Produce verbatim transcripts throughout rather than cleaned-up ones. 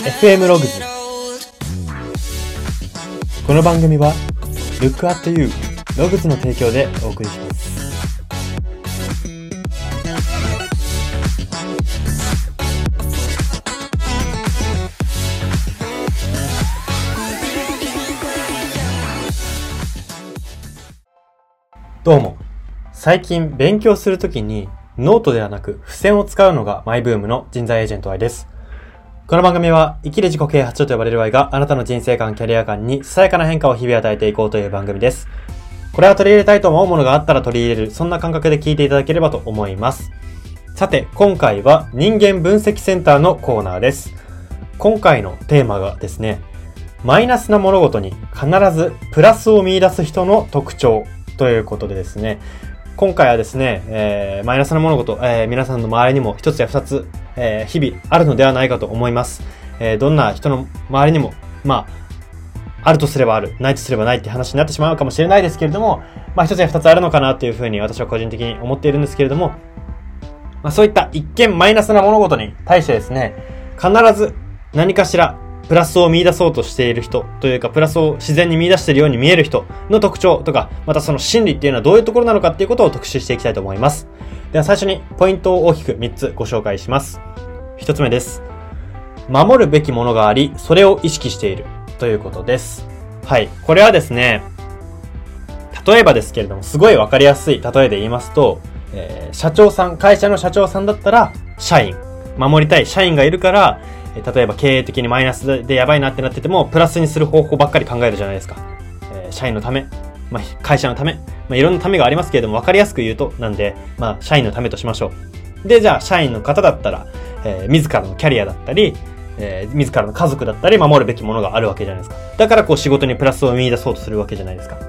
エフエム ログズ。この番組は Look at You ログズの提供でお送りします。どうも。最近勉強するときにノートではなく付箋を使うのがマイブームの人材エージェント Y です。この番組は生きる自己啓発書と呼ばれる Y があなたの人生観、キャリア観にささやかな変化を日々与えていこうという番組です。これは取り入れたいと思うものがあったら取り入れる、そんな感覚で聞いていただければと思います。さて、今回は人間分析センターのコーナーです。今回のテーマがですね、マイナスな物事に必ずプラスを見出す人の特徴ということでですね、今回はですね、えー、マイナスな物事、えー、皆さんの周りにも一つや二つ、えー、日々あるのではないかと思います。えー、どんな人の周りにも、まあ、あるとすればある、ないとすればないって話になってしまうかもしれないですけれども、まあ一つや二つあるのかなというふうに私は個人的に思っているんですけれども、まあそういった一見マイナスな物事に対してですね、必ず何かしらプラスを見出そうとしている人というか、プラスを自然に見出しているように見える人の特徴とか、またその心理っていうのはどういうところなのかっていうことを特集していきたいと思います。では最初にポイントを大きくみっつご紹介します。ひとつめです。守るべきものがあり、それを意識しているということです。はい。これはですね、例えばですけれども、すごいわかりやすい例えで言いますと、えー、社長さん、会社の社長さんだったら、社員、守りたい社員がいるから、例えば経営的にマイナスでやばいなってなってても、プラスにする方法ばっかり考えるじゃないですか。えー、社員のため、まあ、会社のため、まあ、いろんなためがありますけれども、わかりやすく言うと、なんで、まあ、社員のためとしましょう。で、じゃあ、社員の方だったら、えー、自らのキャリアだったり、えー、自らの家族だったり、守るべきものがあるわけじゃないですか。だから、こう、仕事にプラスを見出そうとするわけじゃないですか。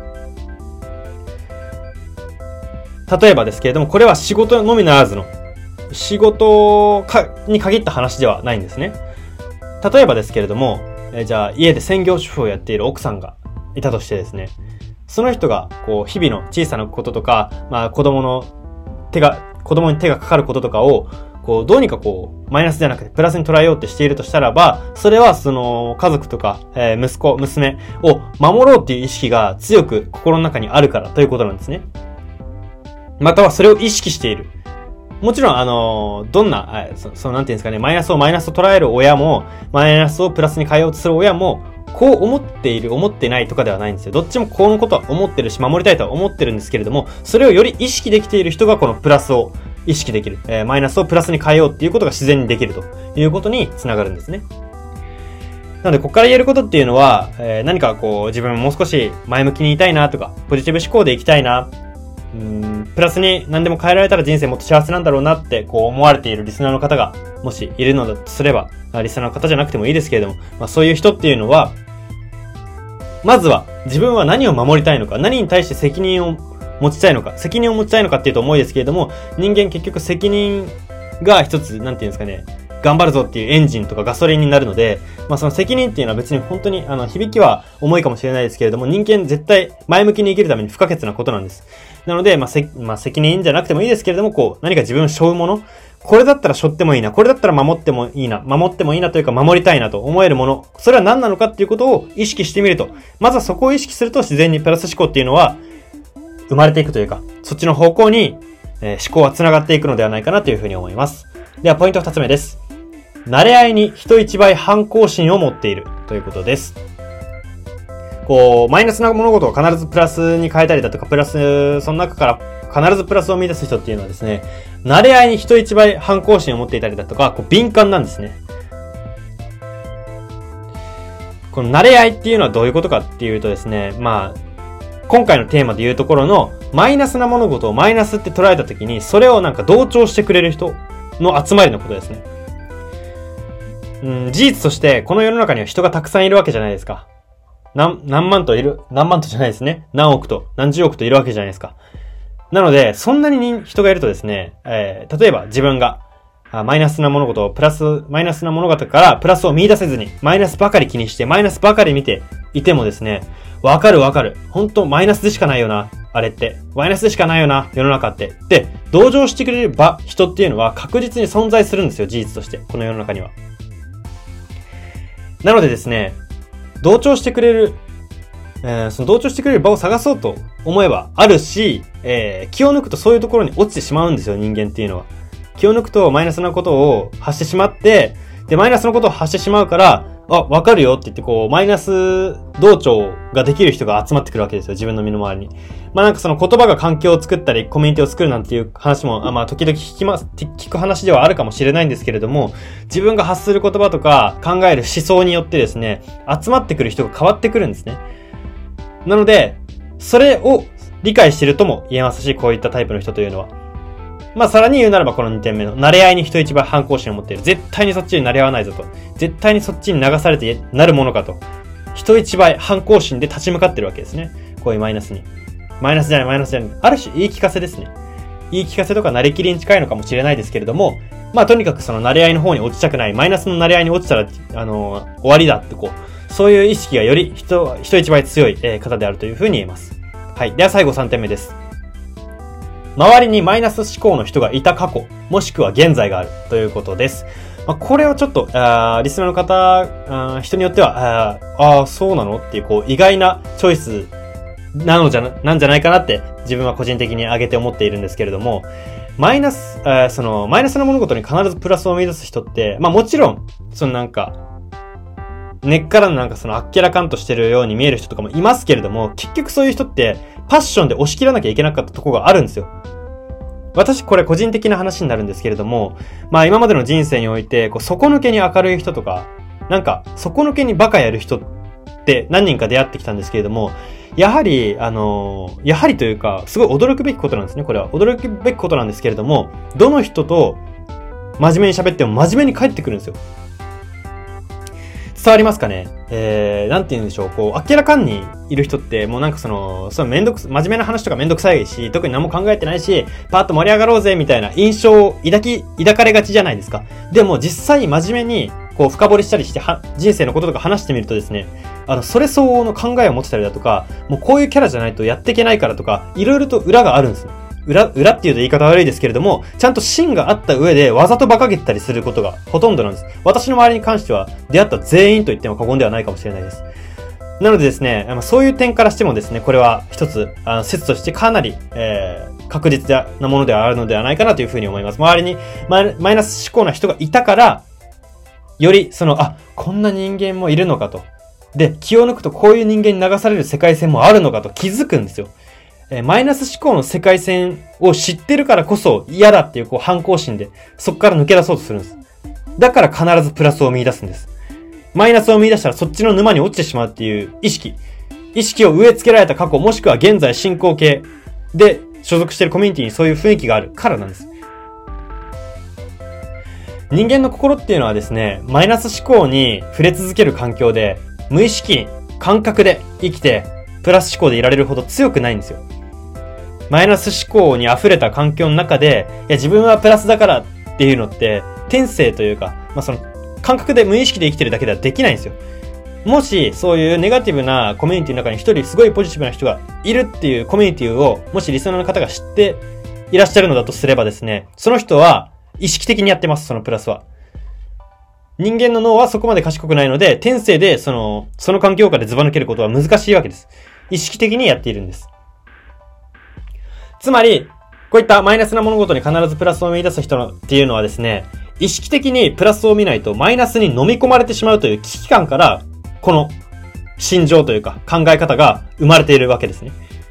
例えばですけれども、これは仕事のみならずの、仕事かに限った話ではないんですね。例えばですけれども、えじゃあ家で専業主婦をやっている奥さんがいたとしてですね、その人がこう日々の小さなこととか、まあ子供の手が、子供に手がかかることとかを、こうどうにかこうマイナスじゃなくてプラスに捉えようってしているとしたらば、それはその家族とか、えー、息子、娘を守ろうっていう意識が強く心の中にあるからということなんですね。またはそれを意識している。もちろん、あの、どんな、そ、その、なんていうんですかね、マイナスをマイナスと捉える親も、マイナスをプラスに変えようとする親も、こう思っている、思ってないとかではないんですよ。どっちもこのことは思ってるし、守りたいとは思ってるんですけれども、それをより意識できている人が、このプラスを意識できる。えー、マイナスをプラスに変えようっていうことが自然にできるということにつながるんですね。なので、ここから言えることっていうのは、えー、何かこう、自分もう少し前向きにいたいなとか、ポジティブ思考でいきたいな、うーんプラスに何でも変えられたら人生もっと幸せなんだろうなってこう思われているリスナーの方がもしいるのだとすれば、リスナーの方じゃなくてもいいですけれども、まあ、そういう人っていうのは、まずは自分は何を守りたいのか、何に対して責任を持ちたいのか、責任を持ちたいのかっていうと重いですけれども、人間結局責任が一つ、なんていうんですかね、頑張るぞっていうエンジンとかガソリンになるので、まあその責任っていうのは別に本当にあの響きは重いかもしれないですけれども、人間絶対前向きに生きるために不可欠なことなんです。なので、まあせ、まあ責任じゃなくてもいいですけれども、こう何か自分を背負うもの、これだったら背負ってもいいな、これだったら守ってもいいな、守ってもいいなというか守りたいなと思えるもの、それは何なのかっていうことを意識してみると、まずはそこを意識すると自然にプラス思考っていうのは生まれていくというか、そっちの方向に、えー、思考は繋がっていくのではないかなというふうに思います。ではポイント二つ目です。慣れ合いに人一倍反抗心を持っているということです。こう、マイナスな物事を必ずプラスに変えたりだとか、プラス、その中から必ずプラスを見出す人っていうのはですね、慣れ合いに人一倍反抗心を持っていたりだとか、こう敏感なんですね。この慣れ合いっていうのはどういうことかっていうとですね、まあ、今回のテーマでいうところの、マイナスな物事をマイナスって捉えたときに、それをなんか同調してくれる人の集まりのことですね。うん、事実としてこの世の中には人がたくさんいるわけじゃないですか。何、何万といる、何万とじゃないですね。何億と、何十億といるわけじゃないですか。なので、そんなに人がいるとですね、えー、例えば自分がマイナスな物事をプラス、マイナスな物事からプラスを見出せずに、マイナスばかり気にして、マイナスばかり見ていてもですね、わかるわかる。本当マイナスでしかないよな。あれって。マイナスでしかないよな。世の中って。で、同情してくれる場、人っていうのは確実に存在するんですよ。事実として。この世の中には。 なのでですね、同調してくれる、えー、その同調してくれる場を探そうと思えばあるし、えー、気を抜くとそういうところに落ちてしまうんですよ、人間っていうのは。気を抜くとマイナスなことを発してしまって、で、マイナスのことを発してしまうから、あ、わかるよって言ってこう、マイナス同調ができる人が集まってくるわけですよ、自分の身の回りに。まあなんかその言葉が環境を作ったり、コミュニティを作るなんていう話も、あまあ時々聞きます、聞く話ではあるかもしれないんですけれども、自分が発する言葉とか考える思想によってですね、集まってくる人が変わってくるんですね。なので、それを理解しているとも言えますし、こういったタイプの人というのは。まあさらに言うならばこのにてんめの、慣れ合いに人一倍反抗心を持っている。絶対にそっちに慣れ合わないぞと。絶対にそっちに流されてなるものかと。人一倍反抗心で立ち向かってるわけですね。こういうマイナスに。マイナスじゃない、マイナスじゃない。ある種言い聞かせですね。言い聞かせとか慣れきりに近いのかもしれないですけれども、まあとにかくその慣れ合いの方に落ちたくない。マイナスの慣れ合いに落ちたら、あのー、終わりだってこう、そういう意識がより人、人一倍強い方であるというふうに言えます。はい。では最後さんてんめです。周りにマイナス思考の人がいた過去、もしくは現在があるということです。まあ、これはちょっと、あリスナーの方、あ人によっては、ああ、そうなのっていう、こう、意外なチョイスなのじゃな、なんじゃないかなって、自分は個人的に挙げて思っているんですけれども、マイナス、あその、マイナスな物事に必ずプラスを見出す人って、まあもちろん、そのなんか、根っからのなんかそのあっけらかんとしてるように見える人とかもいますけれども、結局そういう人って、パッションで押し切らなきゃいけなかったところがあるんですよ。私これ個人的な話になるんですけれども、まあ今までの人生において、こう底抜けに明るい人とか、なんか底抜けにバカやる人って何人か出会ってきたんですけれども、やはり、あのー、やはりというか、すごい驚くべきことなんですね。これは驚くべきことなんですけれども、どの人と真面目に喋っても真面目に返ってくるんですよ。伝わりますかね。えー、なんて言うんでしょう。こう、あっけらかんにいる人って、もうなんかその、そのめんどく、真面目な話とかめんどくさいし、特に何も考えてないし、パーッと盛り上がろうぜ、みたいな印象を抱き、抱かれがちじゃないですか。でも実際真面目に、こう、深掘りしたりして、は、人生のこととか話してみるとですね、あの、それ相応の考えを持ってたりだとか、もうこういうキャラじゃないとやっていけないからとか、いろいろと裏があるんですね。裏、裏っていうと言い方悪いですけれども、ちゃんと芯があった上でわざと馬鹿げてたりすることがほとんどなんです。私の周りに関しては出会った全員と言っても過言ではないかもしれないです。なのでですね、そういう点からしてもですね、これは一つ、あの説としてかなり、えー、確実なものではあるのではないかなというふうに思います。周りにマイナス思考な人がいたから、よりその、あ、こんな人間もいるのかと。で、気を抜くとこういう人間に流される世界線もあるのかと気づくんですよ。えー、マイナス思考の世界線を知ってるからこそ嫌だっていうこう反抗心でそこから抜け出そうとするんです。だから必ずプラスを見出すんです。マイナスを見出したらそっちの沼に落ちてしまうっていう意識。意識を植え付けられた過去もしくは現在進行形で所属しているコミュニティにそういう雰囲気があるからなんです。人間の心っていうのはですね、マイナス思考に触れ続ける環境で無意識、感覚で生きてプラス思考でいられるほど強くないんですよ。マイナス思考に溢れた環境の中で、いや自分はプラスだからっていうのって、天性というか、まあその感覚で無意識で生きてるだけではできないんですよ。もしそういうネガティブなコミュニティの中に一人すごいポジティブな人がいるっていうコミュニティを、もしリスナーの方が知っていらっしゃるのだとすればですね、その人は意識的にやってます、そのプラスは。人間の脳はそこまで賢くないので、天性でその、その環境下でズバ抜けることは難しいわけです。意識的にやっているんです。つまり、こういったマイナスな物事に必ずプラスを見出す人のっていうのはですね、意識的にプラスを見ないとマイナスに飲み込まれてしまうという危機感から、この心情というか考え方が生まれているわけですね。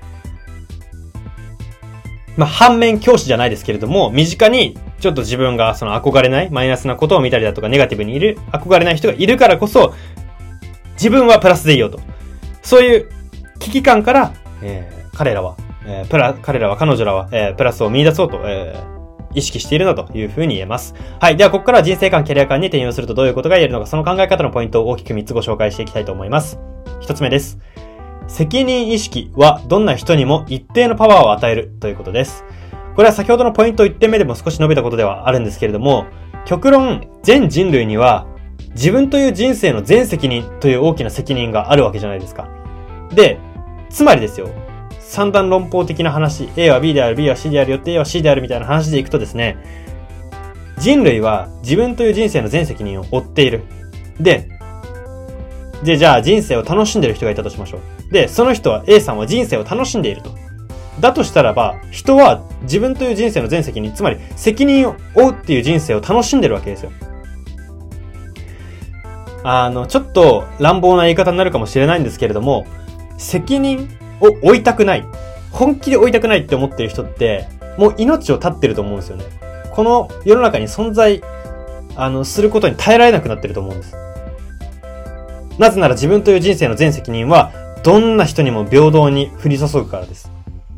まあ、反面教師じゃないですけれども、身近にちょっと自分がその憧れないマイナスなことを見たりだとかネガティブにいる、憧れない人がいるからこそ、自分はプラスでいいよと。そういう危機感から、えー、彼らは、えー、プラ、彼らは、彼女らは、えー、プラスを見出そうと、えー、意識しているなというふうに言えます。はい。では、ここからは人生観、キャリア観に転用するとどういうことが言えるのか、その考え方のポイントを大きくみっつご紹介していきたいと思います。一つ目です。責任意識はどんな人にも一定のパワーを与えるということです。これは先ほどのポイントいってんめでも少し述べたことではあるんですけれども、極論、全人類には自分という人生の全責任という大きな責任があるわけじゃないですか。で、つまりですよ、三段論法的な話、A は B である、B は C であるよって A は C であるみたいな話でいくとですね、人類は自分という人生の全責任を負っている。で、 で、じゃあ人生を楽しんでる人がいたとしましょう。で、その人は A さんは人生を楽しんでいると。だとしたらば、人は自分という人生の全責任、つまり責任を負うっていう人生を楽しんでるわけですよ。あの、ちょっと乱暴な言い方になるかもしれないんですけれども、責任を負いたくない。本気で負いたくないって思ってる人って、もう命を絶ってると思うんですよね。この世の中に存在、あの、することに耐えられなくなってると思うんです。なぜなら自分という人生の全責任は、どんな人にも平等に降り注ぐからです。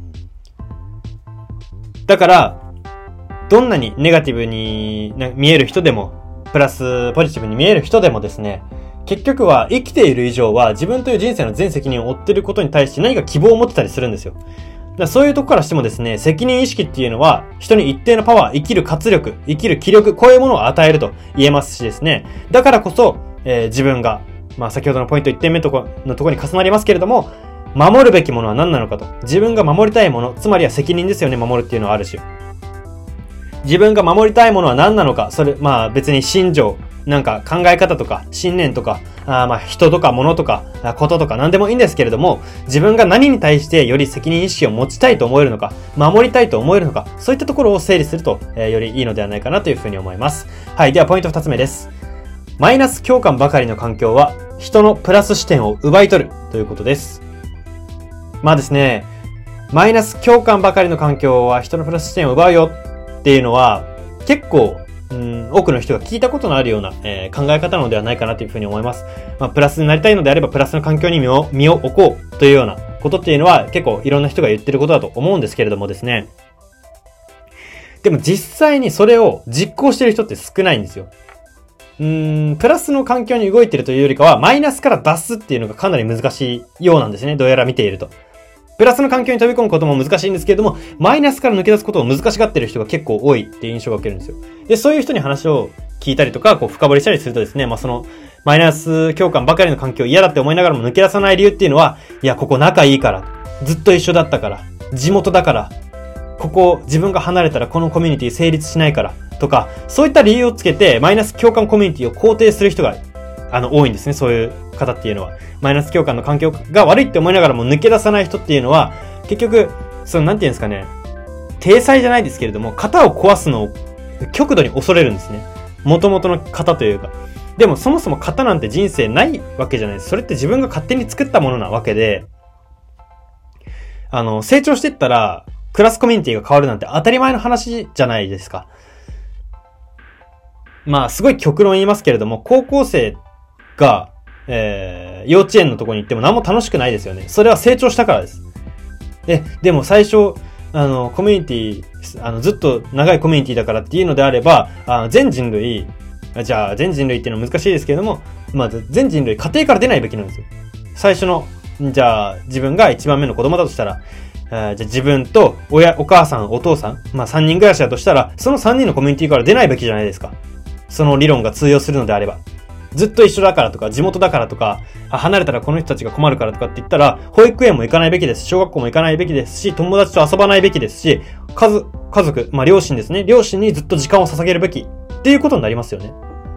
だから、どんなにネガティブに見える人でも、プラスポジティブに見える人でもですね、結局は生きている以上は自分という人生の全責任を負っていることに対して何か希望を持ってたりするんですよ。だからそういうとこからしてもですね、責任意識っていうのは人に一定のパワー、生きる活力、生きる気力、こういうものを与えると言えますしですね、だからこそ、えー、自分が、まあ先ほどのポイントいってんめのところに重なりますけれども、守るべきものは何なのかと。自分が守りたいもの、つまりは責任ですよね、守るっていうのはある種。自分が守りたいものは何なのか、それ、まあ別に心情、なんか考え方とか、信念とか、あまあ人とか物とか、こととか何でもいいんですけれども、自分が何に対してより責任意識を持ちたいと思えるのか、守りたいと思えるのか、そういったところを整理すると、えー、よりいいのではないかなというふうに思います。はい、ではポイント二つ目です。マイナス共感ばかりの環境は、人のプラス視点を奪い取るということです。まあですね、マイナス共感ばかりの環境は人のプラス視点を奪うよっていうのは、結構、うん、多くの人が聞いたことのあるような、えー、考え方なのではないかなというふうに思います。まあ、プラスになりたいのであれば、プラスの環境に身を、身を置こうというようなことっていうのは、結構いろんな人が言ってることだと思うんですけれどもですね。でも実際にそれを実行してる人って少ないんですよ。うーん、プラスの環境に動いてるというよりかは、マイナスから脱すっていうのがかなり難しいようなんですね。どうやら見ていると。プラスの環境に飛び込むことも難しいんですけれども、マイナスから抜け出すことを難しがってる人が結構多いっていう印象が受けるんですよ。で、そういう人に話を聞いたりとか、こう深掘りしたりするとですね、まあその、マイナス共感ばかりの環境嫌だって思いながらも抜け出さない理由っていうのは、いや、ここ仲いいから、ずっと一緒だったから、地元だから、ここ自分が離れたらこのコミュニティ成立しないから、とか、そういった理由をつけて、マイナス共感コミュニティを肯定する人が、あの、多いんですね、そういう方っていうのは。マイナス共感の環境が悪いって思いながらも抜け出さない人っていうのは、結局、その、なんていうんですかね、体裁じゃないですけれども、型を壊すのを極度に恐れるんですね。元々の型というか。でも、そもそも型なんて人生ないわけじゃないです。それって自分が勝手に作ったものなわけで、あの、成長していったら、クラスコミュニティが変わるなんて当たり前の話じゃないですか。まあ、すごい極論言いますけれども、高校生が、えー、幼稚園のとこに行っても何も楽しくないですよね。それは成長したからです。で、でも最初、あの、コミュニティ、あの、ずっと長いコミュニティだからっていうのであれば、あ全人類、じゃあ全人類っていうのは難しいですけれども、まあ、全人類家庭から出ないべきなんですよ。最初の、じゃあ自分が一番目の子供だとしたら、じゃあ自分と親、お母さん、お父さん、まあ三人暮らしだとしたら、その三人のコミュニティから出ないべきじゃないですか。その理論が通用するのであれば。ずっと一緒だからとか、地元だからとか、離れたらこの人たちが困るからとかって言ったら、保育園も行かないべきです。小学校も行かないべきですし、友達と遊ばないべきですし、家族、家族、まあ両親ですね。両親にずっと時間を捧げるべきっていうことになりますよね。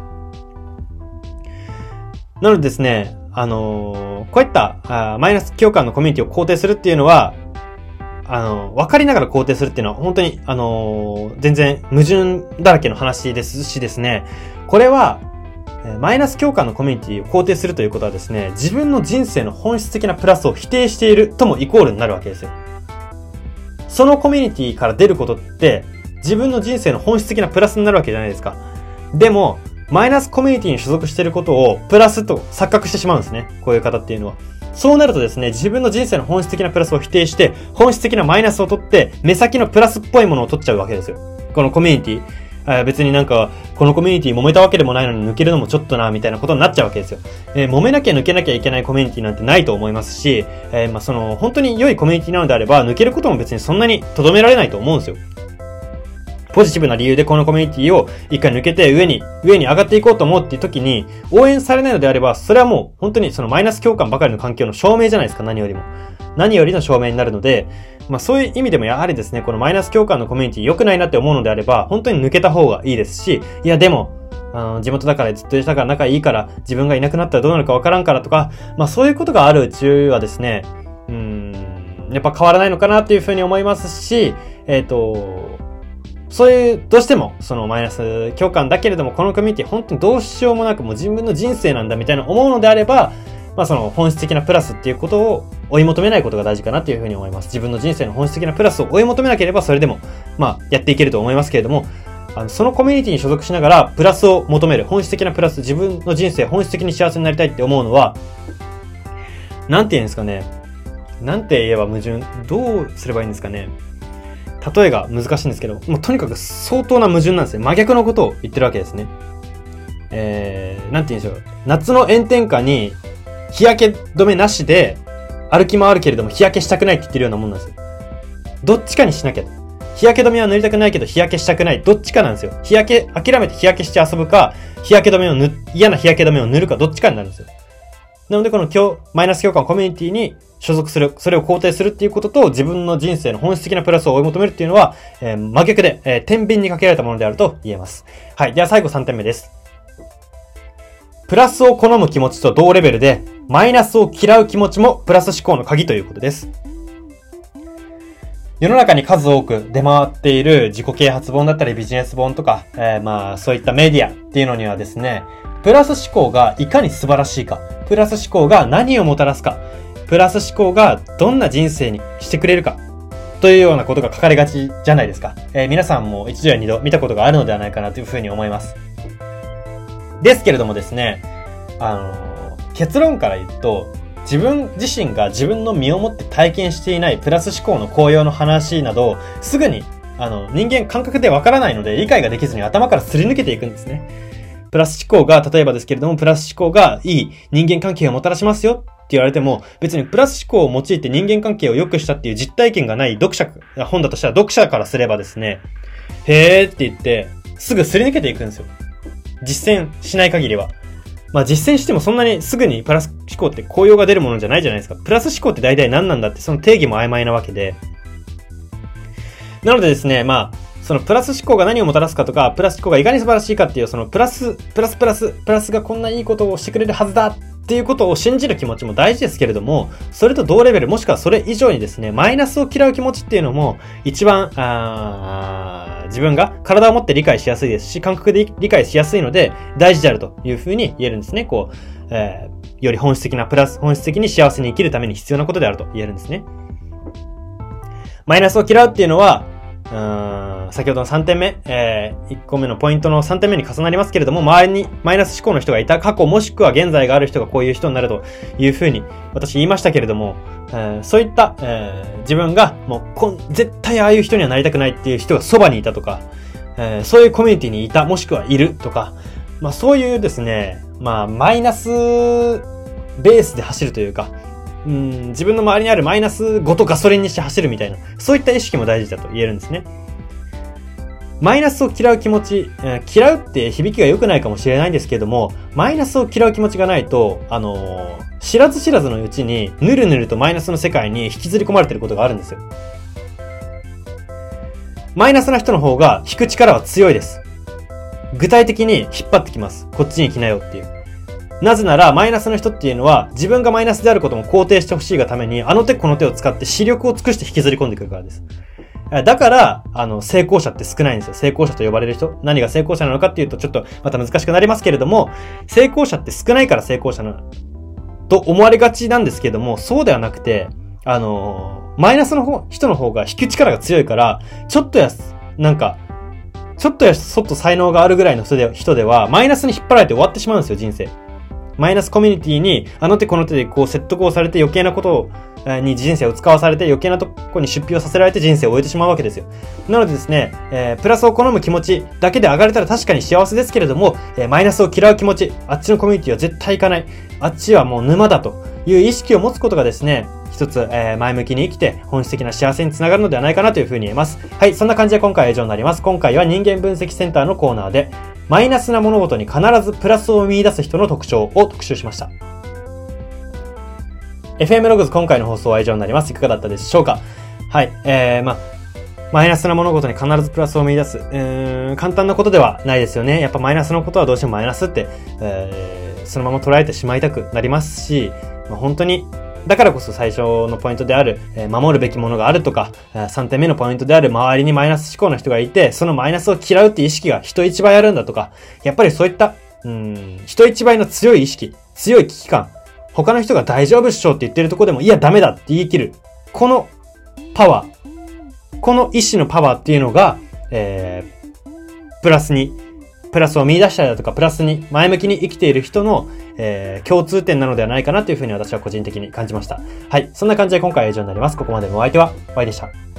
なのでですね、あのー、こういったあマイナス共感のコミュニティを肯定するっていうのは、あの、分かりながら肯定するっていうのは本当に、あのー、全然矛盾だらけの話ですしですね、これは、マイナス共感のコミュニティを肯定するということはですね、自分の人生の本質的なプラスを否定しているともイコールになるわけですよ。そのコミュニティから出ることって、自分の人生の本質的なプラスになるわけじゃないですか。でも、マイナスコミュニティに所属していることをプラスと錯覚してしまうんですね。こういう方っていうのは。そうなるとですね、自分の人生の本質的なプラスを否定して、本質的なマイナスを取って、目先のプラスっぽいものを取っちゃうわけですよ。このコミュニティ。あ別になんか、このコミュニティ揉めたわけでもないのに抜けるのもちょっとな、みたいなことになっちゃうわけですよ。えー、揉めなきゃ抜けなきゃいけないコミュニティなんてないと思いますし、えー、まあその、本当に良いコミュニティなのであれば、抜けることも別にそんなに留められないと思うんですよ。ポジティブな理由でこのコミュニティを一回抜けて上に、上に上がっていこうと思うっていう時に、応援されないのであれば、それはもう本当にそのマイナス共感ばかりの環境の証明じゃないですか、何よりも。何よりの証明になるので、まあそういう意味でもやはりですね、このマイナス共感のコミュニティ良くないなって思うのであれば、本当に抜けた方がいいですし、いやでも、 あの、地元だからずっとしたから仲いいから、自分がいなくなったらどうなるかわからんからとか、まあそういうことがあるうちはですね、うーん、やっぱ変わらないのかなっていうふうに思いますし、えっと、そういう、どうしても、そのマイナス共感だけれども、このコミュニティ本当にどうしようもなくもう自分の人生なんだみたいな思うのであれば、まあその本質的なプラスっていうことを追い求めないことが大事かなっていうふうに思います。自分の人生の本質的なプラスを追い求めなければそれでも、まあやっていけると思いますけれども、あのそのコミュニティに所属しながらプラスを求める、本質的なプラス、自分の人生本質的に幸せになりたいって思うのは、なんて言うんですかね。なんて言えば矛盾、どうすればいいんですかね。例えが難しいんですけど、もうとにかく相当な矛盾なんですね。真逆のことを言ってるわけですね。えー、なんて言うんでしょう。夏の炎天下に日焼け止めなしで歩き回るけれども日焼けしたくないって言ってるようなもんなんですよ。どっちかにしなきゃ。日焼け止めは塗りたくないけど日焼けしたくない。どっちかなんですよ。日焼け、諦めて日焼けして遊ぶか、日焼け止めを塗、嫌な日焼け止めを塗るかどっちかになるんですよ。なのでこの今日、マイナス共感コミュニティに所属する、それを肯定するっていうことと自分の人生の本質的なプラスを追い求めるっていうのは、えー、真逆で、えー、天秤にかけられたものであると言えます。はい。では最後さんてんめです。プラスを好む気持ちと同レベルで、マイナスを嫌う気持ちもプラス思考の鍵ということです。世の中に数多く出回っている自己啓発本だったりビジネス本とか、えー、まあそういったメディアっていうのにはですね、プラス思考がいかに素晴らしいか、プラス思考が何をもたらすか、プラス思考がどんな人生にしてくれるか、というようなことが書かれがちじゃないですか。えー、皆さんも一度や二度見たことがあるのではないかなというふうに思います。ですけれどもですね、あのー、結論から言うと、自分自身が自分の身をもって体験していないプラス思考の効用の話など、すぐに、あの、人間感覚でわからないので理解ができずに頭からすり抜けていくんですね。プラス思考が、例えばですけれども、プラス思考がいい人間関係をもたらしますよって言われても、別にプラス思考を用いて人間関係を良くしたっていう実体験がない読者、本だとしたら読者からすればですね、へーって言って、すぐすり抜けていくんですよ。実践しない限りは。まあ実践してもそんなにすぐにプラス思考って効用が出るものじゃないじゃないですか。プラス思考って大体何なんだってその定義も曖昧なわけで。なのでですね、まあ、そのプラス思考が何をもたらすかとか、プラス思考がいかに素晴らしいかっていう、そのプラス、プラスプラス、プラスがこんないいことをしてくれるはずだっていうことを信じる気持ちも大事ですけれども、それと同レベル、もしくはそれ以上にですね、マイナスを嫌う気持ちっていうのも、一番、あ自分が体を持って理解しやすいですし、感覚で理解しやすいので、大事であるというふうに言えるんですね。こう、えー、より本質的なプラス、本質的に幸せに生きるために必要なことであると言えるんですね。マイナスを嫌うっていうのは、うーん先ほどのさんてんめ、えー、いっこめのポイントのさんてんめに重なりますけれども、周りにマイナス思考の人がいた過去もしくは現在がある人がこういう人になるというふうに私言いましたけれども、えー、そういった、えー、自分がもうこん絶対ああいう人にはなりたくないっていう人がそばにいたとか、えー、そういうコミュニティにいたもしくはいるとか、まあそういうですね、まあマイナスベースで走るというか、うん、自分の周りにあるマイナスごとガソリンにして走るみたいな、そういった意識も大事だと言えるんですね。マイナスを嫌う気持ち、えー、嫌うって響きが良くないかもしれないんですけれども、マイナスを嫌う気持ちがないと、あのー、知らず知らずのうちに、ぬるぬるとマイナスの世界に引きずり込まれていることがあるんですよ。マイナスな人の方が引く力は強いです。具体的に引っ張ってきます。こっちに来なよっていう。なぜなら、マイナスの人っていうのは、自分がマイナスであることも肯定してほしいがために、あの手この手を使って視力を尽くして引きずり込んでくるからです。だから、あの、成功者って少ないんですよ。成功者と呼ばれる人。何が成功者なのかっていうと、ちょっとまた難しくなりますけれども、成功者って少ないから成功者な、と思われがちなんですけれども、そうではなくて、あの、マイナスの方、人の方が引く力が強いから、ちょっとや、なんか、ちょっとやそっと才能があるぐらいの人で、人では、マイナスに引っ張られて終わってしまうんですよ、人生。マイナスコミュニティに、あの手この手でこう説得をされて余計なことを、に人生を使わされて余計なとこに出費をさせられて人生を終えてしまうわけですよ。なのでですね、えー、プラスを好む気持ちだけで上がれたら確かに幸せですけれども、えー、マイナスを嫌う気持ち、あっちのコミュニティは絶対行かない。あっちはもう沼だという意識を持つことがですね、一つ、えー、前向きに生きて本質的な幸せにつながるのではないかなというふうに言えます。はい、そんな感じで今回は以上になります。今回は人間分析センターのコーナーで、マイナスな物事に必ずプラスを見出す人の特徴を特集しました。エフエム ログズ今回の放送は以上になります。いかがだったでしょうか？はい、えー、まあ、 マイナスな物事に必ずプラスを見出す。うーん、簡単なことではないですよね。やっぱマイナスのことはどうしてもマイナスって、えー、そのまま捉えてしまいたくなりますし、まあ、本当に、だからこそ最初のポイントである、えー、守るべきものがあるとか、さんてんめのポイントである周りにマイナス思考の人がいて、そのマイナスを嫌うって意識が人一倍あるんだとか、やっぱりそういった、うーん、人一倍の強い意識、強い危機感、他の人が大丈夫っしょって言ってるとこでも、いやダメだって言い切る。このパワー、この意志のパワーっていうのが、えー、プラスに、プラスを見出したりだとか、プラスに前向きに生きている人の、えー、共通点なのではないかなというふうに私は個人的に感じました。はい。そんな感じで今回は以上になります。ここまでのお相手は、Yでした。